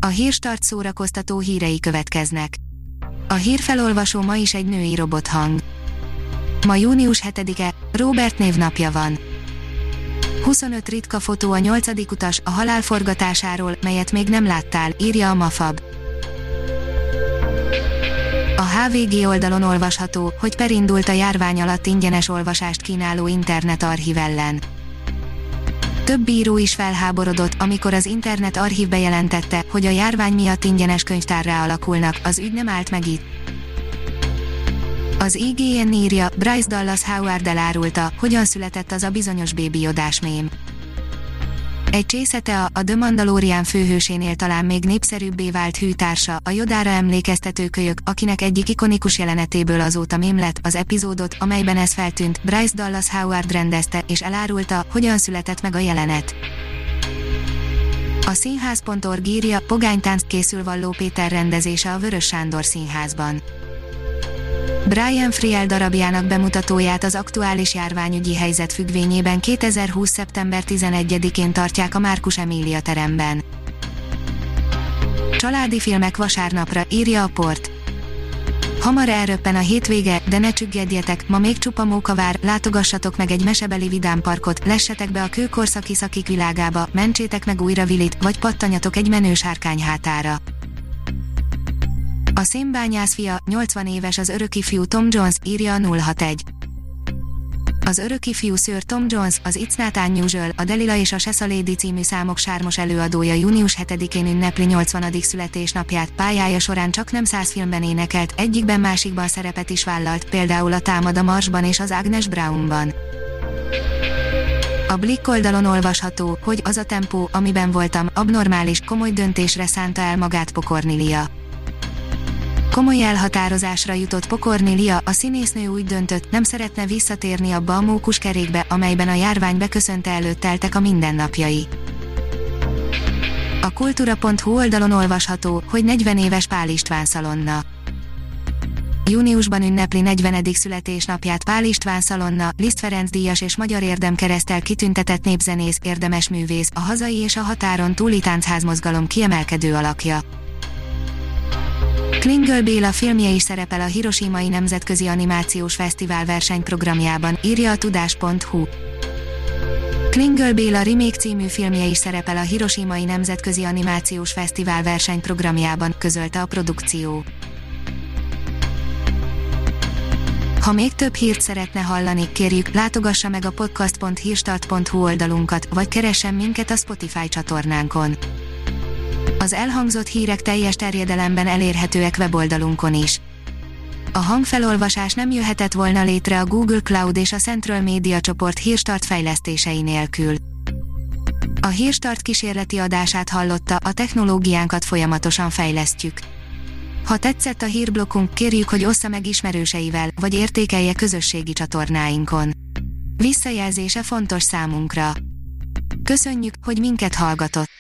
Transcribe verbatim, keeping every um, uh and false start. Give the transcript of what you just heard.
A Hírstart szórakoztató hírei következnek. A hírfelolvasó ma is egy női robothang. Ma június hetedike, Róbert névnapja van. huszonöt ritka fotó a nyolcadik utas a halál forgatásáról, melyet még nem láttál, írja a Mafab. A há vé gé oldalon olvasható, hogy per indult a járvány alatt ingyenes olvasást kínáló internetarchív ellen. Több bíró is felháborodott, amikor az internet archív bejelentette, hogy a járvány miatt ingyenes könyvtárrá alakulnak, az ügy nem állt meg itt. Az i gé en írja, Bryce Dallas Howard elárulta, hogyan született az a bizonyos Baby Yodás mém. Egy csészete a, a The Mandalorian főhősénél talán még népszerűbbé vált hűtársa, a Yodára emlékeztető kölyök, akinek egyik ikonikus jelenetéből azóta mém lett, az epizódot, amelyben ez feltűnt, Bryce Dallas Howard rendezte, és elárulta, hogyan született meg a jelenet. A színház pont org írja, pogánytánc készül Valló Péter rendezése a Vörös Sándor Színházban. Brian Friel darabjának bemutatóját az aktuális járványügyi helyzet függvényében kétezer-húsz szeptember tizenegyedikén tartják a Márkus Emília teremben. Családi filmek vasárnapra, írja a Port. Hamar elröppen a hétvége, de ne csüggedjetek, ma még csupa móka vár, látogassatok meg egy mesebeli vidámparkot, lessetek be a kőkorszaki szakik világába, mentsétek meg újra Willit, vagy pattanjatok egy menő sárkány hátára. A szénbányász fia, nyolcvan éves az örökifjú Tom Jones, írja a nulla hatvanegy. Az örökifjú Sir Tom Jones, az It's Not Unusual, a Delila és a Shesa Lady című számok sármos előadója június hetedikén ünnepli nyolcvanadik születésnapját, pályája során csak nem száz filmben énekelt, egyikben másikban szerepet is vállalt, például a Támad a Marsban és az Agnes Brownban. A Blick oldalon olvasható, hogy az a tempó, amiben voltam, abnormális, komoly döntésre szánta el magát Pokornilia. Komoly elhatározásra jutott Pokornilia, a színésznő úgy döntött, nem szeretne visszatérni abba a mókuskerékbe, amelyben a járvány beköszönte előtt teltek a mindennapjai. A kultúra pont hu oldalon olvasható, hogy negyven éves Pál István szalonna. Júniusban ünnepli negyvenedik születésnapját Pál István szalonna, Liszt Ferenc díjas és Magyar Érdemkereszttel kitüntetett népzenész, érdemes művész, a hazai és a határon túli táncházmozgalom kiemelkedő alakja. Klingel Béla filmje is szerepel a Hiroshimai Nemzetközi Animációs Fesztivál versenyprogramjában, írja a tudás pont hu. Klingel Béla remake című filmje is szerepel a Hiroshimai Nemzetközi Animációs Fesztivál versenyprogramjában, közölte a produkció. Ha még több hírt szeretne hallani, kérjük, látogassa meg a podcast pont hírstart pont hu oldalunkat, vagy keressen minket a Spotify csatornánkon. Az elhangzott hírek teljes terjedelemben elérhetőek weboldalunkon is. A hangfelolvasás nem jöhetett volna létre a Google Cloud és a Central Media csoport Hírstart fejlesztései nélkül. A Hírstart kísérleti adását hallotta, a technológiánkat folyamatosan fejlesztjük. Ha tetszett a hírblokkunk, kérjük, hogy ossza meg ismerőseivel, vagy értékelje közösségi csatornáinkon. Visszajelzése fontos számunkra. Köszönjük, hogy minket hallgatott!